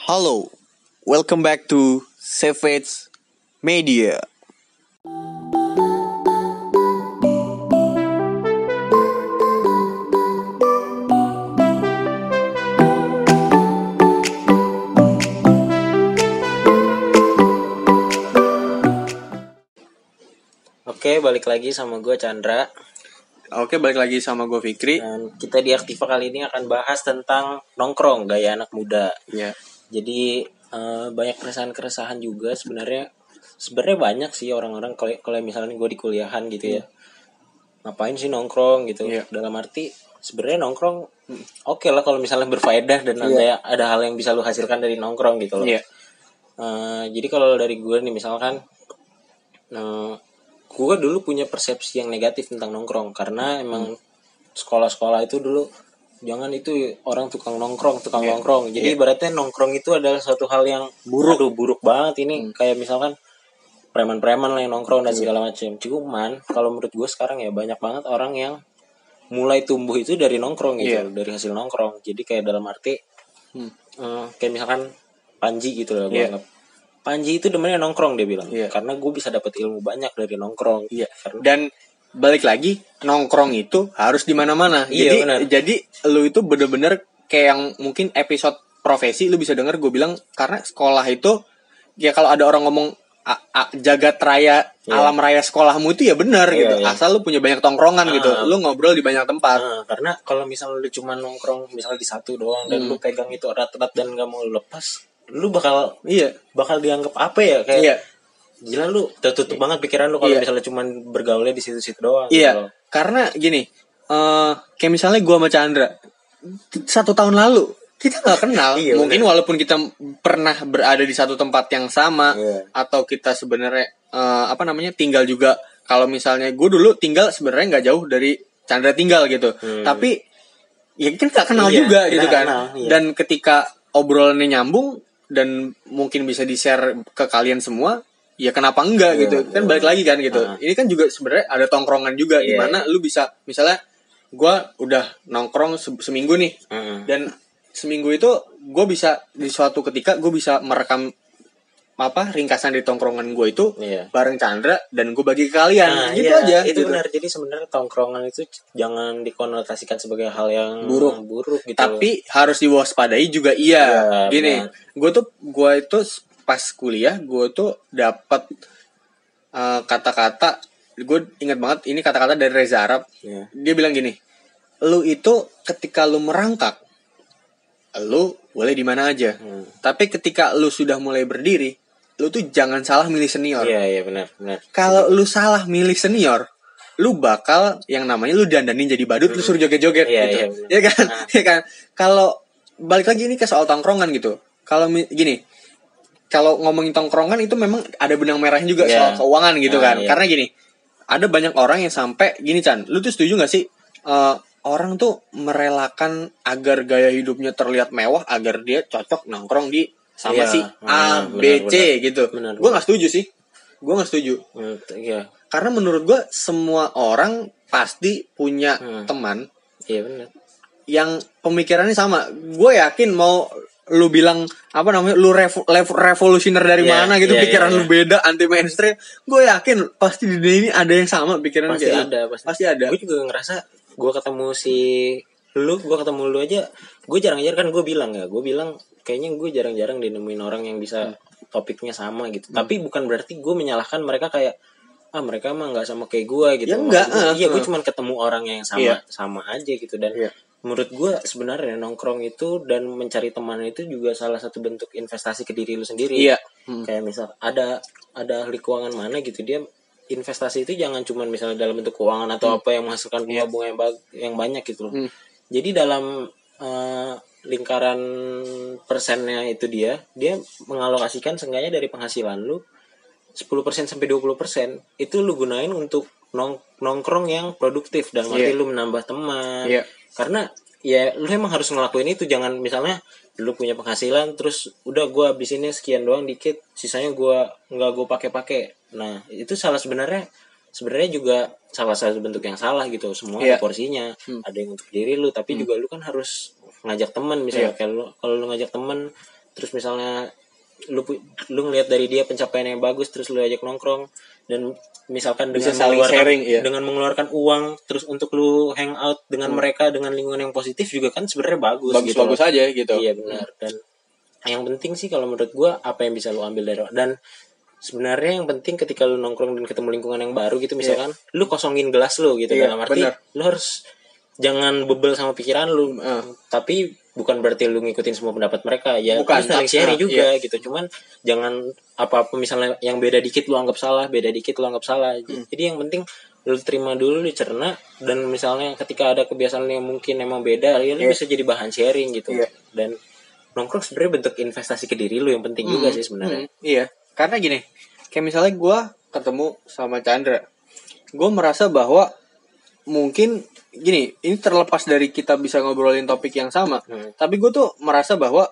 Halo, welcome back to Savage Media. Oke, balik lagi sama gue Chandra. Oke, balik lagi sama gue Fikri. Dan kita di Aktiva kali ini akan bahas tentang nongkrong gaya anak muda. Ya. Jadi banyak keresahan-keresahan juga sebenarnya. Sebenarnya banyak sih orang-orang kalau misalnya gue di kuliahan gitu ya. Ngapain sih nongkrong gitu? Iya. Dalam arti sebenarnya nongkrong oke lah kalau misalnya berfaedah dan ada hal yang bisa lu hasilkan dari nongkrong gitu loh. Iya. Jadi kalau dari gue nih misalkan gue dulu punya persepsi yang negatif tentang nongkrong karena emang sekolah-sekolah itu dulu jangan itu orang tukang nongkrong. Jadi ibaratnya nongkrong itu adalah suatu hal yang buruk banget ini. Kayak misalkan preman-preman lah yang nongkrong dan segala macam. Cuman kalau menurut gue sekarang ya banyak banget orang yang mulai tumbuh itu dari nongkrong gitu, dari hasil nongkrong. Jadi kayak dalam arti kayak misalkan Panji gitu lah gue anggap. Panji itu demennya nongkrong dia bilang. Karena gue bisa dapat ilmu banyak dari nongkrong. Dan balik lagi nongkrong itu harus di mana-mana. Jadi lu itu bener-bener kayak yang mungkin episode profesi lu bisa denger gue bilang karena sekolah itu ya kalau ada orang ngomong jagat raya alam raya sekolahmu itu ya benar gitu. Asal lu punya banyak tongkrongan gitu. Lu ngobrol di banyak tempat. Karena kalau misalnya lu cuma nongkrong misalnya di satu doang dan lu pegang itu erat-erat dan gak mau lu lepas, lu bakal dianggap apa ya kayak gila lu tertutup banget pikiran lu kalau misalnya cuma bergaulnya di situ-situ doang. Gitu. Karena gini, kayak misalnya gua sama Chandra 1 tahun lalu kita nggak kenal. Mungkin walaupun kita pernah berada di satu tempat yang sama atau kita sebenarnya tinggal juga. Kalau misalnya gue dulu tinggal sebenarnya nggak jauh dari Chandra tinggal gitu. Tapi ya kan nggak kenal juga gitu kan. Dan ketika obrolannya nyambung dan mungkin bisa di-share ke kalian semua, ya kenapa enggak gitu. Kan balik lagi kan gitu. Ini kan juga sebenarnya ada tongkrongan juga di mana lu bisa misalnya gue udah nongkrong seminggu nih. Dan seminggu itu gue bisa di suatu ketika gue bisa merekam ringkasan dari tongkrongan gue itu bareng Chandra dan gue bagi ke kalian aja itu gitu. benar. Jadi sebenarnya tongkrongan itu jangan dikonotasikan sebagai hal yang buruk gitu. Tapi harus diwaspadai juga gini gue itu pas kuliah gue tuh dapat kata-kata, gue ingat banget ini kata-kata dari Reza Arab. Dia bilang gini, lu itu ketika lu merangkak lu boleh di mana aja. Tapi ketika lu sudah mulai berdiri, lu tuh jangan salah milih senior. Iya benar. Kalau lu salah milih senior, lu bakal yang namanya lu dandanin jadi badut, lu suruh joget-joget gitu. Iya kan? Iya kan? Kalau balik lagi ini ke soal tongkrongan gitu. Kalau gini, kalau ngomongin tongkrongan itu memang ada benang merahnya juga soal keuangan gitu kan. Karena gini, ada banyak orang yang sampai gini Chan, lu tuh setuju gak sih orang tuh merelakan agar gaya hidupnya terlihat mewah agar dia cocok nongkrong di sama si A, B, C gitu. Gue gak setuju sih. Gue gak setuju. Karena menurut gue semua orang pasti punya teman yang pemikirannya sama. Gue yakin mau lu bilang lu revolusioner dari mana gitu, pikiran lu beda, anti mainstream, gue yakin pasti di dunia ini ada yang sama pikiran. Pasti ada. Gue juga ngerasa gue ketemu lu aja, gue jarang-jarang kan gue bilang kayaknya gue jarang-jarang nemuin orang yang bisa topiknya sama gitu. Tapi bukan berarti gue menyalahkan mereka kayak mereka emang nggak sama kayak gue gitu. Gue cuma ketemu orang yang sama aja gitu. Dan menurut gue sebenarnya nongkrong itu dan mencari teman itu juga salah satu bentuk investasi ke diri lu sendiri. Kayak misal ada ahli keuangan mana gitu, dia investasi itu jangan cuma misalnya dalam bentuk keuangan atau apa yang menghasilkan bunga yang banyak gitu loh. Jadi dalam lingkaran persennya itu dia mengalokasikan seenggaknya dari penghasilan lu 10% sampai 20% itu lu gunain untuk nongkrong yang produktif dan arti lu menambah teman. Karena ya lu emang harus ngelakuin itu. Jangan misalnya lu punya penghasilan terus udah gue habisinnya sekian doang dikit, sisanya gue nggak gue pakai. Nah itu sebenarnya juga salah satu bentuk yang salah gitu. Semua ada porsinya. Ada yang untuk diri lu, tapi juga lu kan harus ngajak teman misalnya. Kalau lu ngajak teman terus misalnya lu ngelihat dari dia pencapaian yang bagus, terus lu ajak nongkrong, dan misalkan bisa saling sharing, dengan mengeluarkan uang terus untuk lu hang out dengan mereka dengan lingkungan yang positif juga kan sebenarnya bagus gitu bagus aja gitu. Iya benar. Dan yang penting sih kalau menurut gue apa yang bisa lu ambil dari, dan sebenarnya yang penting ketika lu nongkrong dan ketemu lingkungan yang baru gitu, misalkan lu kosongin gelas lu gitu, dalam arti lu harus jangan bebel sama pikiran lu, tapi bukan berarti lu ngikutin semua pendapat mereka ya, bukan, lu saling sharing juga gitu, cuman jangan apa-apa misalnya yang beda dikit lu anggap salah, beda dikit lu anggap salah. Jadi yang penting lu terima dulu, lu cerna, dan misalnya ketika ada kebiasaan yang mungkin emang beda ya lu bisa jadi bahan sharing gitu. Dan nongkrong sebenarnya bentuk investasi ke diri lu yang penting juga sih sebenarnya. Iya, karena gini, kayak misalnya gue ketemu sama Chandra, gue merasa bahwa mungkin gini, ini terlepas dari kita bisa ngobrolin topik yang sama, tapi gue tuh merasa bahwa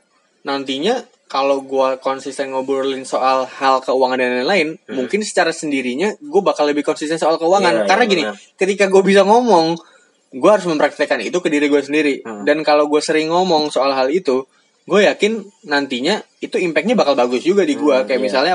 nantinya kalau gue konsisten ngobrolin soal hal keuangan dan lain-lain, mungkin secara sendirinya gue bakal lebih konsisten soal keuangan. Karena gini, ketika gue bisa ngomong, gue harus mempraktekkan itu ke diri gue sendiri. Dan kalau gue sering ngomong soal hal itu, gue yakin nantinya itu impactnya bakal bagus juga di gue. Kayak misalnya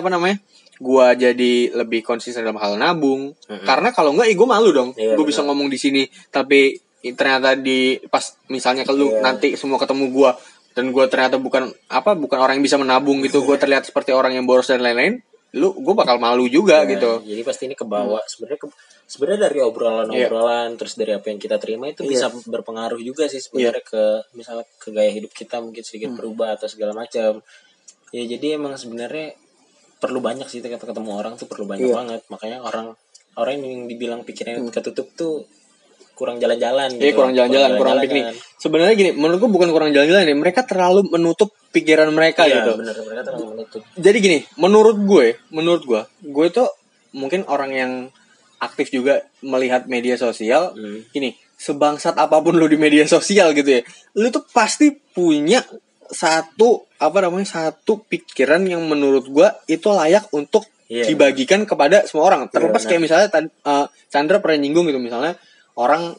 gue jadi lebih konsisten dalam hal nabung. Karena kalau enggak, gue malu dong. Gue bisa ngomong di sini, tapi ternyata di pas misalnya ke lu nanti semua ketemu gue, dan gue ternyata bukan orang yang bisa menabung gitu, gue terlihat seperti orang yang boros dan lain-lain, gue bakal malu juga gitu. Jadi pasti ini kebawa sebenarnya dari obrolan terus dari apa yang kita terima itu bisa berpengaruh juga sih sebenarnya ke misalnya ke gaya hidup kita mungkin sedikit berubah atau segala macam. Ya jadi emang sebenarnya perlu banyak sih kita ketemu orang tuh, perlu banyak banget. Makanya orang yang dibilang pikirannya ketutup tuh kurang jalan-jalan gitu. Kurang jalan-jalan, kurang piknik. Sebenarnya gini, menurutku bukan kurang jalan-jalan ya, mereka terlalu menutup pikiran mereka gitu. Iya, benar, mereka terlalu menutup. Jadi gini, menurut gue tuh mungkin orang yang aktif juga melihat media sosial. Gini, sebangsat apapun lu di media sosial gitu ya, lu tuh pasti punya satu pikiran yang menurut gue itu layak untuk dibagikan kepada semua orang. Terlepas kayak misalnya Chandra pernah nyinggung gitu, misalnya orang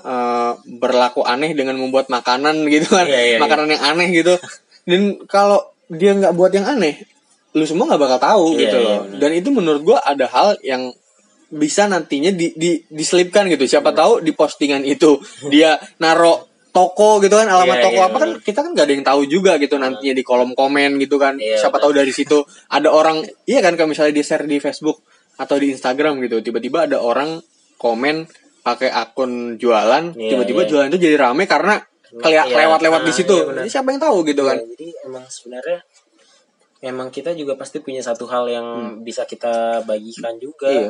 berlaku aneh dengan membuat makanan gitu kan, makanan yang aneh gitu. Dan kalau dia nggak buat yang aneh, lu semua nggak bakal tahu gitu loh. Dan itu menurut gue ada hal yang bisa nantinya diselipkan gitu. Siapa tahu di postingan itu dia naro toko gitu kan, alamat toko apa kan, kita kan nggak ada yang tahu juga gitu nantinya di kolom komen gitu kan. Siapa tahu dari situ ada orang, kan, kalau misalnya di share di Facebook atau di Instagram gitu, tiba-tiba ada orang komen pakai akun jualan, tiba-tiba jualan itu jadi rame karena lewat-lewat di situ. Jadi siapa yang tahu gitu kan. Jadi emang sebenarnya kita juga pasti punya satu hal yang bisa kita bagikan juga.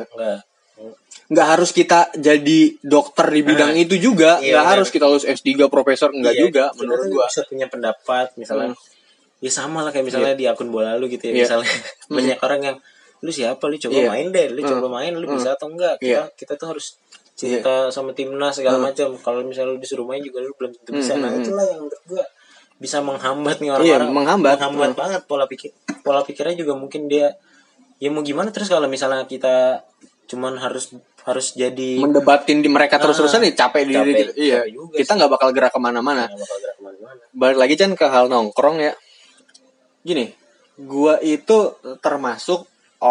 Nggak harus kita jadi dokter di bidang itu juga, nggak harus kita lulus S3 profesor, enggak juga. Menurut gua bisa punya pendapat misalnya. Ya sama lah kayak misalnya di akun bola lu gitu ya, misalnya banyak orang yang lu siapa, lu coba main deh, lu coba main, lu bisa atau enggak. Kita tuh harus cinta sama timnas segala macam. Kalau misalnya lu disuruh main juga lu belum tentu bisa. Nah itulah yang menurut gua bisa menghambat nih orang-orang. Menghambat banget pola pikirnya juga. Mungkin dia ya mau gimana, terus kalau misalnya kita cuman harus jadi mendebatin di mereka terus-terusan, capek diri gitu. Kita nggak bakal gerak kemana-mana. Balik lagi kan ke hal nongkrong ya. Gini, gua itu termasuk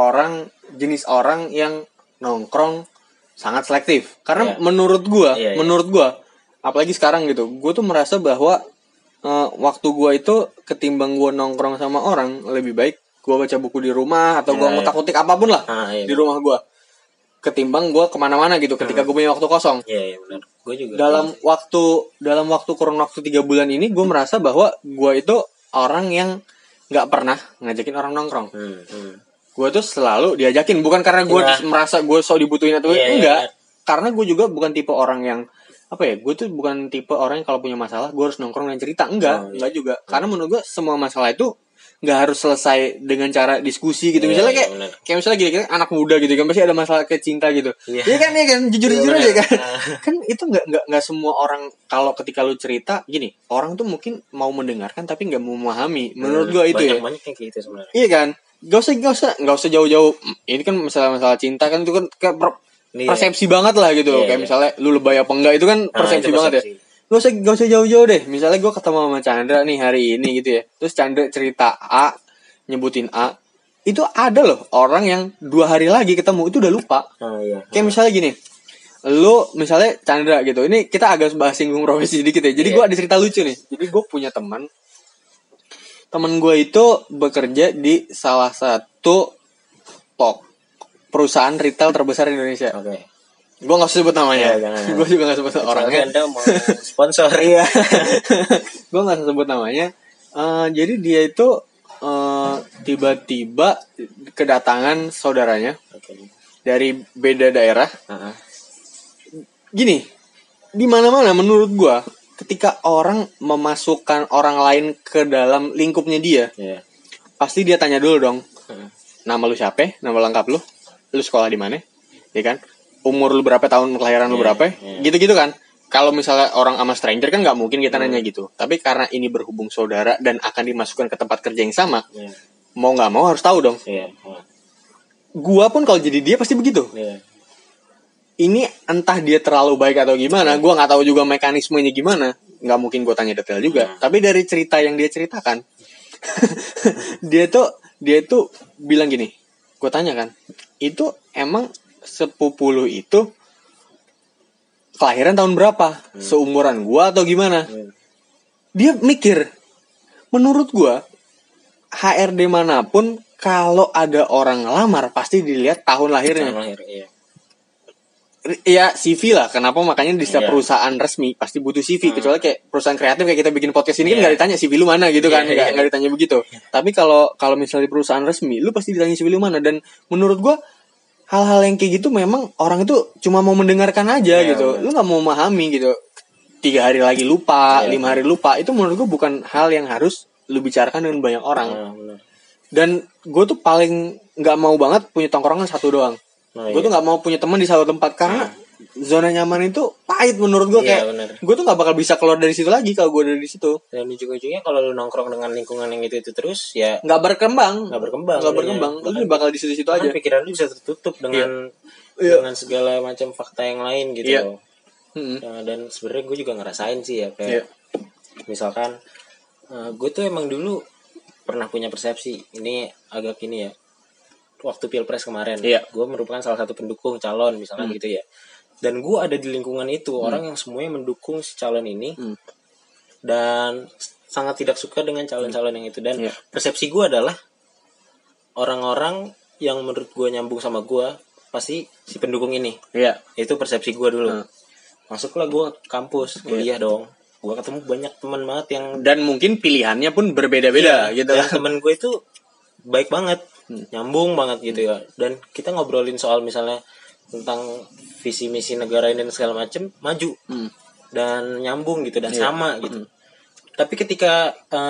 jenis orang yang nongkrong sangat selektif. Karena menurut gua, apalagi sekarang gitu, gua tuh merasa bahwa waktu gua itu ketimbang gua nongkrong sama orang, lebih baik gua baca buku di rumah atau gua ngutak-ngutik apapun lah di rumah gua, ketimbang gua kemana-mana gitu ketika gua punya waktu kosong. Benar. Gua juga. Dalam waktu kurun waktu 3 bulan ini, gua merasa bahwa gua itu orang yang nggak pernah ngajakin orang nongkrong. Gue tuh selalu diajakin, bukan karena gue merasa gue so dibutuhin atau enggak. Karena gue juga bukan tipe orang yang gue tuh bukan tipe orang yang kalau punya masalah gue harus nongkrong dan cerita, enggak juga. Karena menurut gue semua masalah itu nggak harus selesai dengan cara diskusi gitu. Misalnya kayak misalnya gini, anak muda gitu kan pasti ada masalah kayak cinta gitu. Iya kan jujur aja kan. Kan itu nggak semua orang, kalau ketika lu cerita gini, orang tuh mungkin mau mendengarkan tapi nggak mau memahami. Menurut gue itu banyak yang kayak gitu sebenarnya. Iya kan. Gak usah jauh-jauh. Ini kan masalah cinta kan, itu kan kayak persepsi banget lah gitu. Kayak misalnya lu lebay apa enggak, itu kan persepsi banget ya. gak usah jauh-jauh deh. Misalnya gue ketemu sama Chandra nih hari ini gitu ya. Terus Chandra cerita A, nyebutin A, itu ada loh orang yang 2 hari lagi ketemu itu udah lupa. Iya. Kayak misalnya gini, lu misalnya Chandra gitu, ini kita agak bahas singgung profesi sedikit ya. Jadi gue ada cerita lucu nih. Jadi gue punya teman gue itu bekerja di salah satu perusahaan retail terbesar di Indonesia. Oke. Gue nggak sebut namanya. Gue juga nggak sebut orangnya. Anda mau sponsor? Iya. Gue nggak sebut namanya. Jadi dia itu tiba-tiba kedatangan saudaranya dari beda daerah. Gini, di mana-mana menurut gue, ketika orang memasukkan orang lain ke dalam lingkupnya dia, pasti dia tanya dulu dong, nama lu siapa, nama lengkap lu sekolah di mana, ya kan, umur lu berapa, tahun kelahiran lu berapa, gitu-gitu kan. Kalau misalnya orang sama stranger kan nggak mungkin kita nanya gitu. Tapi karena ini berhubung saudara dan akan dimasukkan ke tempat kerja yang sama, mau nggak mau harus tahu dong. Gua pun kalau jadi dia pasti begitu. Ini entah dia terlalu baik atau gimana, gue nggak tahu juga mekanismenya gimana, nggak mungkin gue tanya detail juga. Tapi dari cerita yang dia ceritakan, dia tuh bilang gini, gue tanya kan, itu emang sepupu lu itu kelahiran tahun berapa, seumuran gue atau gimana? Dia mikir, menurut gue HRD manapun kalau ada orang ngelamar pasti dilihat tahun lahirnya. Ya CV lah, kenapa makanya di setiap perusahaan resmi pasti butuh CV, kecuali kayak perusahaan kreatif kayak kita bikin podcast ini kan nggak ditanya CV lu mana gitu kan, nggak ditanya begitu. Tapi kalau misalnya di perusahaan resmi lu pasti ditanya CV lu mana. Dan menurut gua hal-hal yang kayak gitu memang orang itu cuma mau mendengarkan aja gitu, lu nggak mau memahami gitu. 3 hari lagi lupa, 5 hari lupa, itu menurut gua bukan hal yang harus lu bicarakan dengan banyak orang. Dan gue tuh paling nggak mau banget punya tongkrongan satu doang. Gue tuh nggak mau punya teman di satu tempat karena zona nyaman itu pahit menurut gue. Kayak gue tuh nggak bakal bisa keluar dari situ lagi kalau gue ada di situ. Dan ujung-ujungnya kalau lu nongkrong dengan lingkungan yang itu terus ya nggak berkembang. Lu bakal di situ-situ aja. Pikiran lu bisa tertutup dengan segala macam fakta yang lain gitu. Dan sebenarnya gue juga ngerasain sih ya kayak misalkan gue tuh emang dulu pernah punya persepsi ini agak ini ya. Waktu pilpres kemarin, gue merupakan salah satu pendukung calon misalkan gitu ya. Dan gue ada di lingkungan itu orang yang semuanya mendukung si calon ini dan sangat tidak suka dengan calon-calon yang itu. Dan persepsi gue adalah orang-orang yang menurut gue nyambung sama gue pasti si pendukung ini. Itu persepsi gue dulu. Masuklah gue kampus kuliah dong. Gue ketemu banyak teman banget yang dan mungkin pilihannya pun berbeda-beda gitu. Dan teman gue itu baik banget. Nyambung banget gitu ya. Dan kita ngobrolin soal misalnya tentang visi misi negara ini dan segala macem maju dan nyambung gitu dan sama gitu. Tapi ketika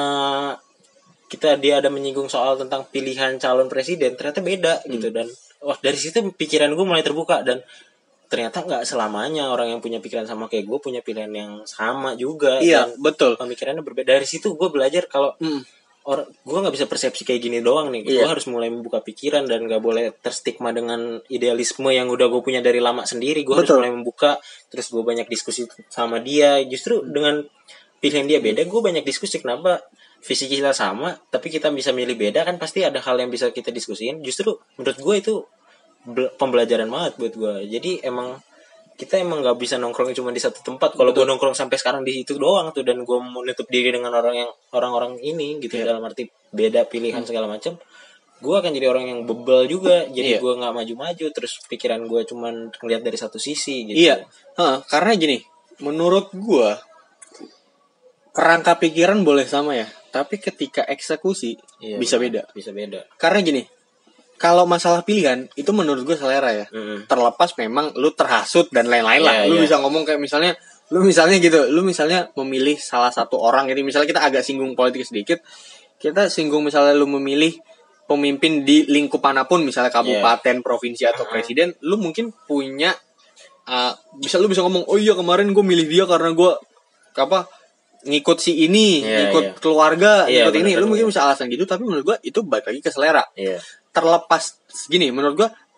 dia ada menyinggung soal tentang pilihan calon presiden ternyata beda gitu. Dan dari situ pikiran gue mulai terbuka. Dan ternyata nggak selamanya orang yang punya pikiran sama kayak gue punya pilihan yang sama juga. Dan betul, pemikirannya berbeda. Dari situ gue belajar kalau gue nggak bisa persepsi kayak gini doang nih. Gue harus mulai membuka pikiran dan nggak boleh terstigma dengan idealisme yang udah gue punya dari lama sendiri. Gue harus mulai membuka. Terus gue banyak diskusi sama dia. Justru dengan pilihan dia beda, gue banyak diskusi. Kenapa visi kita sama tapi kita bisa milih beda? Kan pasti ada hal yang bisa kita diskusiin. Justru menurut gue itu pembelajaran banget buat gue. Jadi kita emang nggak bisa nongkrong cuma di satu tempat. Kalau gue nongkrong sampai sekarang di situ doang tuh dan gue menutup diri dengan orang-orang ini gitu dalam arti beda pilihan segala macam, gue akan jadi orang yang bebel juga. Jadi gue nggak maju-maju. Terus pikiran gue cuma ngeliat dari satu sisi gitu. Karena gini, menurut gue kerangka pikiran boleh sama ya, tapi ketika eksekusi bisa beda. Karena gini, kalau masalah pilihan itu menurut gue selera ya. Terlepas memang lu terhasut dan lain-lain lah. Lu bisa ngomong kayak misalnya lu misalnya memilih salah satu orang. Jadi misalnya kita agak singgung politik sedikit. Kita singgung misalnya lu memilih pemimpin di lingkup manapun, misalnya kabupaten, provinsi atau presiden, lu mungkin punya lu bisa ngomong, "Oh iya kemarin gue milih dia karena gue ngikut si ini, ngikut keluarga, ngikut ini." Lu mungkin bisa alasan gitu, tapi menurut gue itu balik lagi ke selera. Terlepas gini, menurut gue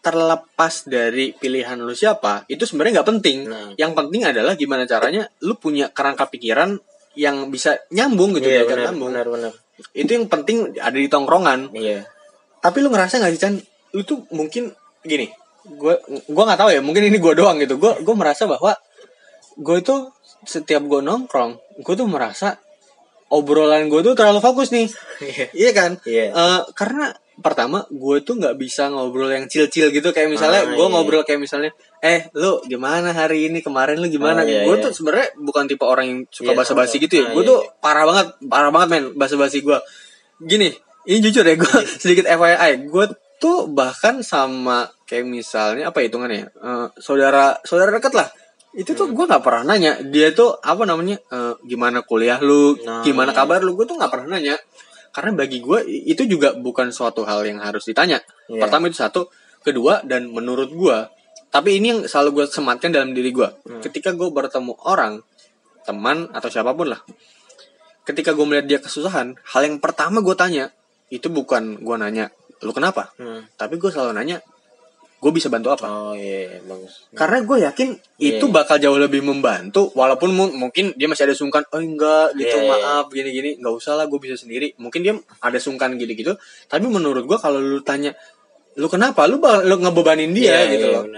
terlepas dari pilihan lu siapa, itu sebenarnya nggak penting. Yang penting adalah gimana caranya lu punya kerangka pikiran yang bisa nyambung gitu, benar. Itu yang penting ada di tongkrongan. Iya. Tapi lu ngerasa nggak sih, Chan, lu tuh mungkin gini, gue nggak tahu ya, mungkin ini gue doang gitu. Gue merasa bahwa gue itu setiap gue nongkrong, gue tuh merasa obrolan gue tuh terlalu fokus nih. Iya kan? Karena pertama gue tuh nggak bisa ngobrol yang chill gitu, kayak misalnya gue ngobrol kayak misalnya lu gimana hari ini, kemarin lu gimana. Gue tuh sebenarnya bukan tipe orang yang suka basa-basi gitu ya. Gue tuh parah banget men basa-basi gue. Gini, ini jujur ya, gue sedikit FYI, gue tuh bahkan sama kayak misalnya apa hitungannya, saudara dekat lah, itu tuh gue nggak pernah nanya dia tuh apa namanya, gimana kuliah lu, gimana kabar lu, gue tuh nggak pernah nanya. Karena bagi gue itu juga bukan suatu hal yang harus ditanya. Pertama itu satu, kedua, dan menurut gue, tapi ini yang selalu gue sematkan dalam diri gue, ketika gue bertemu orang, teman atau siapapun lah, ketika gue melihat dia kesusahan, hal yang pertama gue tanya itu bukan gue nanya lu kenapa, tapi gue selalu nanya gue bisa bantu apa. Bagus. Karena gue yakin itu bakal jauh lebih membantu, walaupun mungkin dia masih ada sungkan, enggak gitu, maaf gini nggak usah lah, gue bisa sendiri. Mungkin dia ada sungkan gitu, tapi menurut gue kalau lu tanya lu kenapa, lu ngebebanin dia gitu loh.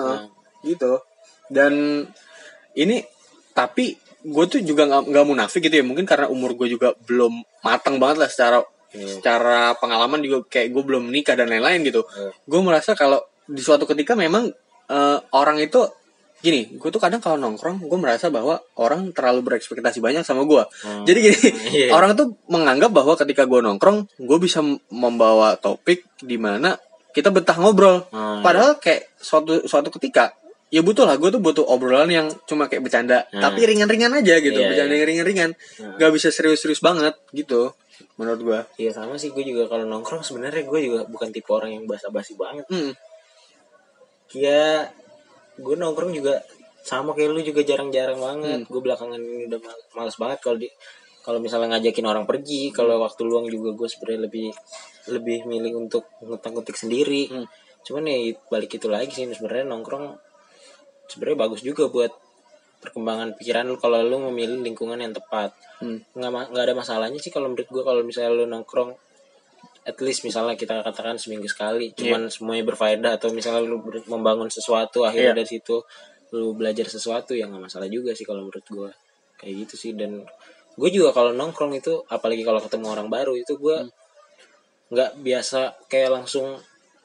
Gitu. Dan ini tapi gue tuh juga nggak munafik gitu ya, mungkin karena umur gue juga belum matang banget lah secara pengalaman juga, kayak gue belum nikah dan lain-lain gitu. Gue merasa kalau di suatu ketika memang orang itu gini, gue tuh kadang kalau nongkrong gue merasa bahwa orang terlalu berekspektasi banyak sama gue. Jadi gini, orang tuh menganggap bahwa ketika gue nongkrong gue bisa membawa topik di mana kita betah ngobrol. Padahal kayak suatu ketika ya butuh lah, gue tuh butuh obrolan yang cuma kayak bercanda, tapi ringan-ringan aja gitu, bercanda yang ringan-ringan, nggak bisa serius-serius banget gitu. Menurut gue. Iya sama sih, gue juga kalau nongkrong sebenarnya gue juga bukan tipe orang yang basa-basi banget. Ya gue nongkrong juga sama kayak lu juga jarang-jarang banget. Gue belakangan ini udah males banget kalau misalnya ngajakin orang pergi. Kalau waktu luang juga gue sebenarnya lebih milih untuk ngutak-ngutik sendiri. Cuman ya balik itu lagi sih, sebenarnya nongkrong sebenarnya bagus juga buat perkembangan pikiran lu kalau lu memilih lingkungan yang tepat. Nggak ada masalahnya sih kalau menurut gue kalau misalnya lu nongkrong at least misalnya kita katakan seminggu sekali, cuman semuanya berfaedah, atau misalnya lu membangun sesuatu akhirnya dari situ lu belajar sesuatu, ya nggak masalah juga sih kalau menurut gue kayak gitu sih. Dan gue juga kalau nongkrong itu, apalagi kalau ketemu orang baru itu gue nggak biasa kayak langsung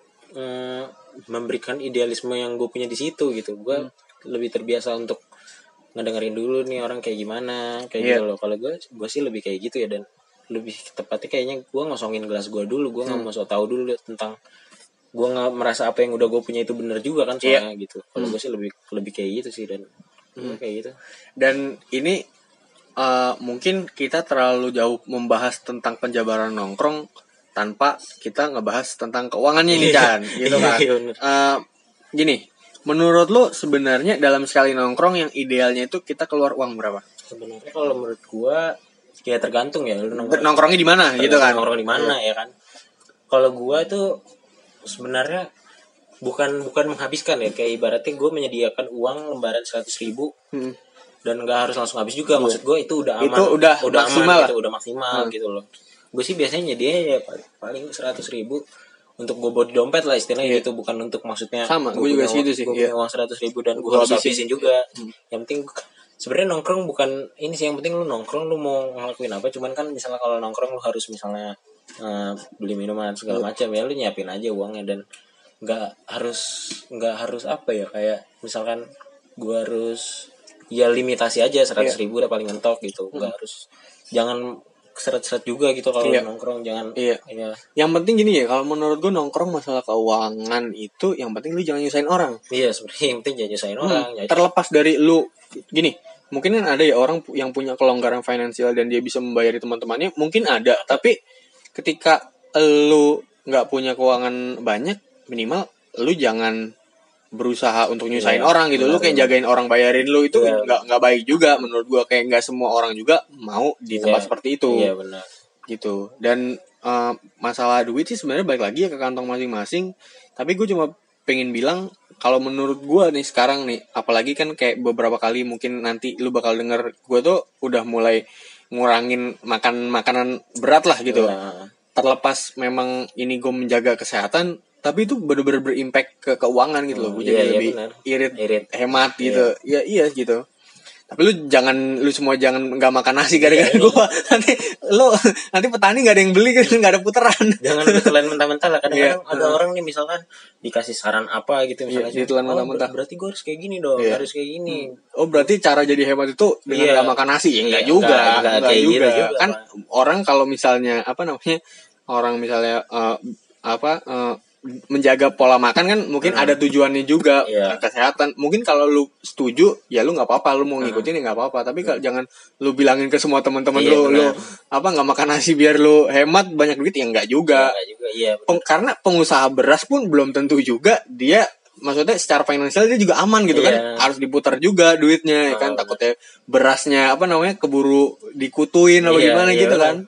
memberikan idealisme yang gue punya di situ gitu. Gue lebih terbiasa untuk ngedengerin dulu nih orang kayak gimana kayak gitu loh. Kalau gue sih lebih kayak gitu ya, dan lebih tepatnya kayaknya gue ngosongin gelas gue dulu. Gue nggak mau so tau dulu tentang, gue nggak merasa apa yang udah gue punya itu benar juga kan soalnya gitu. Kalau gue sih lebih kayak gitu sih, dan kayak gitu. Dan ini mungkin kita terlalu jauh membahas tentang penjabaran nongkrong tanpa kita ngebahas tentang keuangannya nih kan, gitu kan. Gini, menurut lo sebenarnya dalam sekali nongkrong yang idealnya itu kita keluar uang berapa? Sebenarnya kalau menurut gue ya tergantung ya, lu nongkrongnya di mana gitu kan. Nongkrong di mana ya kan. Kalau gue tuh sebenarnya bukan menghabiskan ya, kayak ibaratnya gue menyediakan uang lembaran 100.000 dan nggak harus langsung habis juga. Maksud gue itu udah aman, itu udah maksimal aman gitu, udah maksimal gitu loh. Gue sih biasanya dia ya paling 100.000 untuk gue bawa di dompet lah istilahnya gitu, bukan untuk maksudnya sama gue juga segitu sih. Gue punya uang 100.000 dan gue harus habisin juga. Yang penting sebenarnya nongkrong bukan ini sih, yang penting lu nongkrong lu mau ngelakuin apa. Cuman kan misalnya kalau nongkrong lu harus misalnya beli minuman segala macam, ya lu nyiapin aja uangnya, dan nggak harus apa ya, kayak misalkan gue harus ya limitasi aja 100.000 udah paling mentok gitu. Nggak harus, jangan seret-seret juga gitu kalau nongkrong, jangan. Yang penting gini ya, kalau menurut gue nongkrong masalah keuangan itu yang penting lu jangan nyusahin orang. Sebenarnya yang penting jangan nyusahin orang. Terlepas dari lu gini, mungkin kan ada ya orang yang punya kelonggaran finansial dan dia bisa membayari teman-temannya, mungkin ada. Tapi ketika lu nggak punya keuangan banyak, minimal lu jangan berusaha untuk nyusahin orang gitu. Lu kayak jagain orang bayarin lu itu nggak baik juga menurut gua. Kayak nggak semua orang juga mau di tempat seperti itu. Benar. Gitu. Dan masalah duit sih sebenarnya balik lagi ya ke kantong masing-masing. Tapi gue cuma pengen bilang kalau menurut gue nih sekarang nih, apalagi kan kayak beberapa kali mungkin nanti lu bakal denger gue tuh udah mulai ngurangin makan makanan berat lah gitu. Terlepas memang ini gue menjaga kesehatan, tapi itu bener-bener berimpact ke keuangan gitu loh. Gue jadi lebih irit, hemat gitu. Iya gitu. Tapi lu semua jangan nggak makan nasi gara-gara gue. Nanti petani nggak ada yang beli kan, nggak ada putaran. Jangan ditelan mentah-mentah lah. Kadang-kadang ada orang nih misalkan dikasih saran apa gitu misalnya, ditelan mentah-mentah. Berarti gue harus kayak gini dong, harus kayak gini. Oh berarti cara jadi hemat itu dengan nggak makan nasi? Ya nggak juga, nggak juga. Gitu, kan orang kalau misalnya orang misalnya menjaga pola makan kan mungkin ada tujuannya juga kesehatan. Mungkin kalau lu setuju ya lu nggak apa-apa, lu mau ngikutin ya nggak apa-apa. Tapi jangan lu bilangin ke semua teman-teman lu nggak makan nasi biar lu hemat banyak duit, ya nggak juga. Karena pengusaha beras pun belum tentu juga dia, maksudnya secara finansial dia juga aman gitu kan, harus diputar juga duitnya ya kan, takutnya berasnya keburu dikutuin atau gimana gitu kan.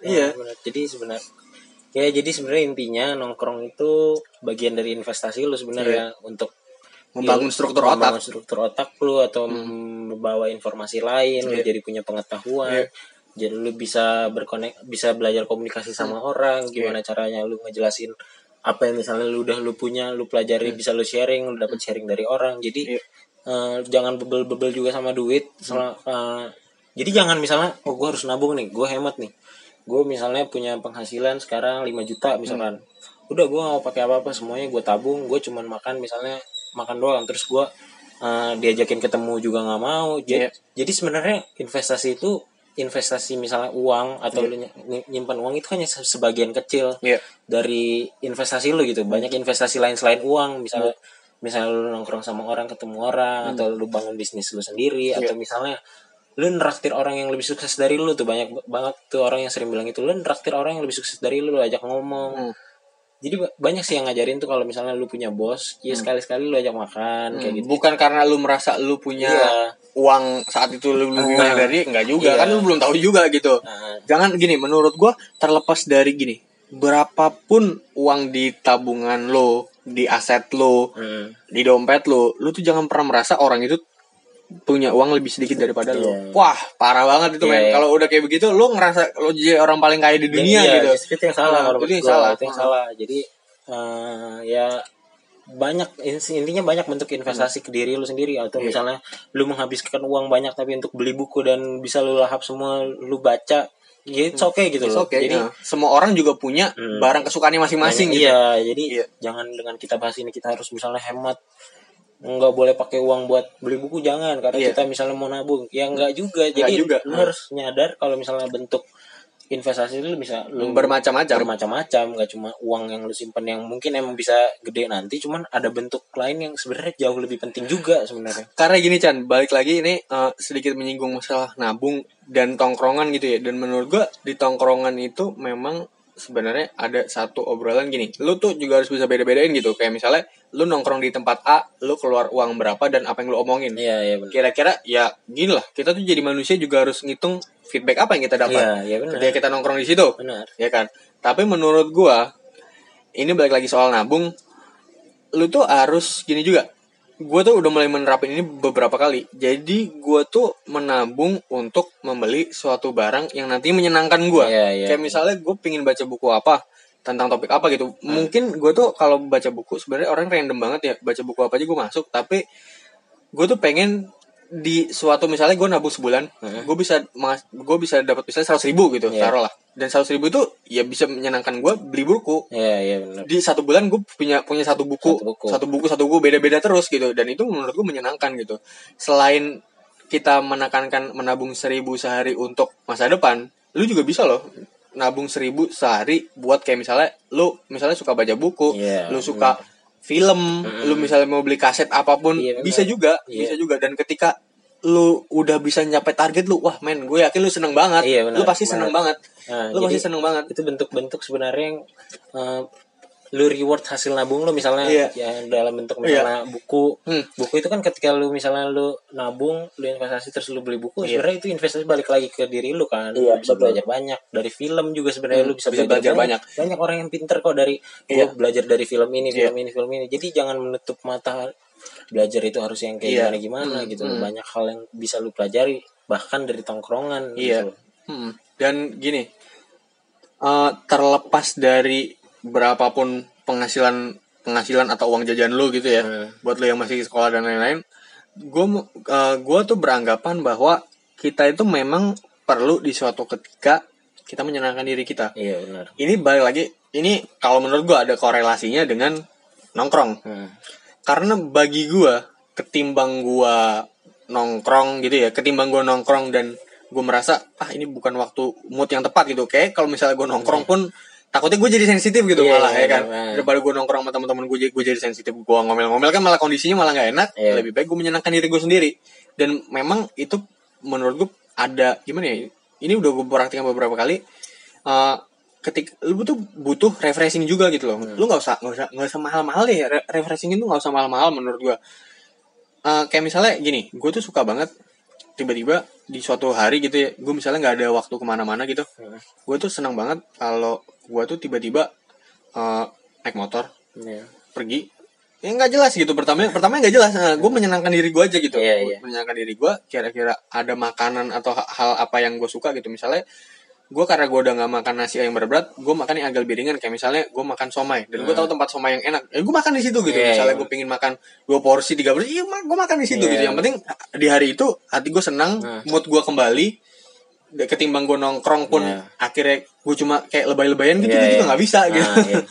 Jadi sebenarnya intinya nongkrong itu bagian dari investasi lu sebenarnya untuk membangun struktur otak lu atau membawa informasi lain, lu jadi punya pengetahuan. Jadi lu bisa bisa belajar komunikasi sama orang, gimana caranya lu ngejelasin apa yang misalnya lu punya, lu pelajari, bisa lu sharing, lu dapat sharing dari orang. Jadi jangan bebel-bebel juga sama duit. Jadi jangan misalnya gue harus nabung nih, gue hemat nih. Gue misalnya punya penghasilan sekarang 5 juta misalkan. Udah gue gak mau pakai apa-apa, semuanya gue tabung, gue cuman makan doang. Terus gue diajakin ketemu juga gak mau. Jadi sebenarnya investasi misalnya uang atau nyimpan uang itu hanya sebagian kecil dari investasi lu gitu. Banyak investasi lain selain uang, misalnya lu nongkrong sama orang, ketemu orang, atau lu bangun bisnis lu sendiri, atau misalnya lu neraktir orang yang lebih sukses dari lu tuh. Banyak banget tuh orang yang sering bilang itu, lu neraktir orang yang lebih sukses dari lu ajak ngomong. Jadi banyak sih yang ngajarin tuh kalau misalnya lu punya bos, sekali-sekali lu ajak makan kayak gitu. Bukan karena lu merasa lu punya uang saat itu lu lebih banyak dari, enggak juga kan, lu belum tahu juga gitu. Jangan gini, menurut gua terlepas dari gini, berapapun uang di tabungan lo, di aset lo, di dompet lo tuh jangan pernah merasa orang itu punya uang lebih sedikit daripada lo. Wah, parah banget itu men. Kalau udah kayak begitu lo ngerasa lo jadi orang paling kaya di dunia gitu. Itu yang salah kalau itu yang salah. Jadi banyak, intinya banyak bentuk investasi ke diri lu sendiri. Atau misalnya lu menghabiskan uang banyak tapi untuk beli buku dan bisa lu lahap semua, lu baca, it's okay gitu loh. Jadi semua orang juga punya barang kesukaannya masing-masing gitu. Jadi jangan dengan kita bahas ini kita harus misalnya hemat, nggak boleh pakai uang buat beli buku, jangan, karena kita misalnya mau nabung, ya nggak juga. Jadi lu harus nyadar kalau misalnya bentuk investasi lu bisa bermacam-macam, nggak cuma uang yang lu simpen yang mungkin emang bisa gede nanti, cuman ada bentuk lain yang sebenarnya jauh lebih penting juga sebenarnya. Karena gini Chan, balik lagi ini sedikit menyinggung masalah nabung dan tongkrongan gitu ya. Dan menurut gua di tongkrongan itu memang sebenarnya ada satu obrolan gini, lu tuh juga harus bisa beda-bedain gitu. Kayak misalnya lu nongkrong di tempat A, lu keluar uang berapa dan apa yang lu omongin. Kira-kira ya gini lah, kita tuh jadi manusia juga harus ngitung feedback apa yang kita dapat ketika kita nongkrong di situ. Ya kan. Tapi menurut gua ini balik lagi soal nabung, lu tuh harus gini juga. Gue tuh udah mulai menerapin ini beberapa kali. Jadi gue tuh menabung untuk membeli suatu barang yang nanti menyenangkan gue. Kayak misalnya gue pingin baca buku apa tentang topik apa gitu. Mungkin gue tuh kalau baca buku sebenarnya orang random banget ya, baca buku apa aja gue masuk. Tapi gue tuh pengen di suatu, misalnya gue nabung sebulan, gue bisa dapat misalnya 100.000 gitu, taruh lah. Dan 100.000 itu ya bisa menyenangkan gue beli buku. Benar. Di satu bulan gue punya satu buku, beda-beda terus gitu. Dan itu menurut gue menyenangkan gitu. Selain kita menekankan menabung 1.000 sehari untuk masa depan, lu juga bisa loh nabung 1.000 sehari buat kayak misalnya lu suka baca buku, lu suka film, lu misalnya mau beli kaset apapun, bisa juga. Dan ketika lu udah bisa nyampe target lu, wah men, gue yakin lu seneng banget. Lu pasti seneng banget. Pasti seneng banget. Itu bentuk-bentuk sebenarnya yang lu reward hasil nabung lu misalnya yang dalam bentuk misalnya buku itu kan ketika lu misalnya lu nabung, lu investasi terus lu beli buku, sebenarnya itu investasi balik lagi ke diri lu kan. Lu bisa belajar banyak dari film juga sebenarnya, lu bisa belajar banyak orang yang pinter kok dari gua belajar dari film ini film ini. Jadi jangan menutup mata, belajar itu harus yang kayak gimana gitu. Banyak hal yang bisa lu pelajari bahkan dari tongkrongan gitu. Dan gini, terlepas dari berapapun penghasilan atau uang jajan lu gitu ya, buat lu yang masih sekolah dan lain-lain, gue tuh beranggapan bahwa kita itu memang perlu di suatu ketika kita menyenangkan diri kita. Iya benar. Ini balik lagi, ini kalau menurut gue ada korelasinya dengan nongkrong. Karena bagi gue, ketimbang gue nongkrong gitu ya, ketimbang gue nongkrong dan gue merasa ini bukan waktu mood yang tepat gitu, kayak kalau misalnya gue nongkrong pun takutnya gue jadi sensitif gitu malah ya kan. Daripada gue nongkrong sama teman-teman gue jadi sensitif, gue ngomel-ngomel kan malah kondisinya malah nggak enak. Lebih baik gue menyenangkan diri gue sendiri. Dan memang itu menurut gue ada gimana ya, ini udah gue praktikkan beberapa kali. Ketika lu tuh butuh refreshing juga gitu loh. Lu nggak usah mahal-mahal deh, refreshing itu nggak usah mahal-mahal menurut gue. Kayak misalnya gini, gue tuh suka banget tiba-tiba di suatu hari gitu ya, gue misalnya nggak ada waktu kemana-mana gitu, gue tuh senang banget kalau gue tuh tiba-tiba naik motor pergi, nggak jelas gitu. Pertama nggak jelas, gue menyenangkan diri gue aja gitu. Menyenangkan diri gue, kira-kira ada makanan atau hal apa yang gue suka gitu. Misalnya gue karena gue udah nggak makan nasi yang berat, gue makan yang agak lebih ringan. Kayak misalnya gue makan somai dan gue tahu tempat somai yang enak, gue makan di situ gitu. Misalnya gue pengen makan 2 porsi 3 porsi, gue makan di situ gitu. Yang penting di hari itu hati gue senang, mood gue kembali. Ketimbang gue nongkrong pun akhirnya gue cuma kayak lebay-lebayan gitu, itu juga nggak bisa gitu.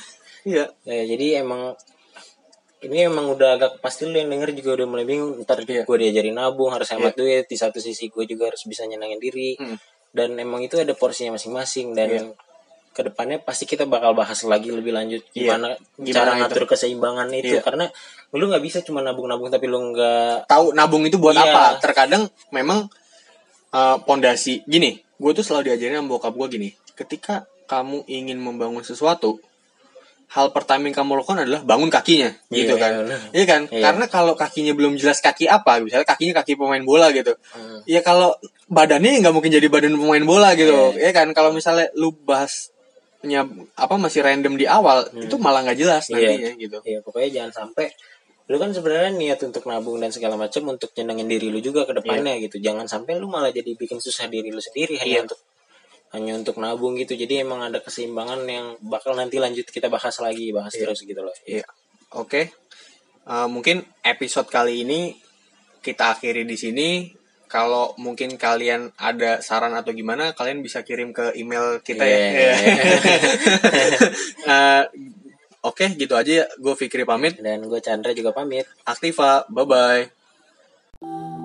Jadi emang ini emang udah agak pasti lu yang denger juga udah mulai bingung. Ntar gue diajarin nabung, harus hemat duit. Di satu sisi gue juga harus bisa nyenangin diri. Dan emang itu ada porsinya masing-masing. Dan kedepannya pasti kita bakal bahas lagi lebih lanjut gimana cara ngatur keseimbangan itu. Karena lu nggak bisa cuma nabung-nabung tapi lu nggak tahu nabung itu buat apa. Terkadang memang pondasi gini, gue tuh selalu diajarin sama bokap gue gini, ketika kamu ingin membangun sesuatu, hal pertama yang kamu lakukan adalah bangun kakinya, gitu kan? Iya kan? Karena kalau kakinya belum jelas kaki apa, misalnya kakinya kaki pemain bola gitu, ya kalau badannya nggak mungkin jadi badan pemain bola gitu, ya kan? Kalau misalnya lu bahasnya masih random di awal, itu malah nggak jelas nantinya gitu. Pokoknya jangan sampai lu kan sebenarnya niat untuk nabung dan segala macam untuk nyenengin diri lu juga ke depannya gitu. Jangan sampai lu malah jadi bikin susah diri lu sendiri hanya untuk nabung gitu. Jadi emang ada keseimbangan yang bakal nanti lanjut kita bahas terus gitu loh. Oke. Mungkin episode kali ini kita akhiri di sini. Kalau mungkin kalian ada saran atau gimana, kalian bisa kirim ke email kita Oke, gitu aja ya. Gue Fikri pamit. Dan gue Chandra juga pamit. Aktiva, bye-bye.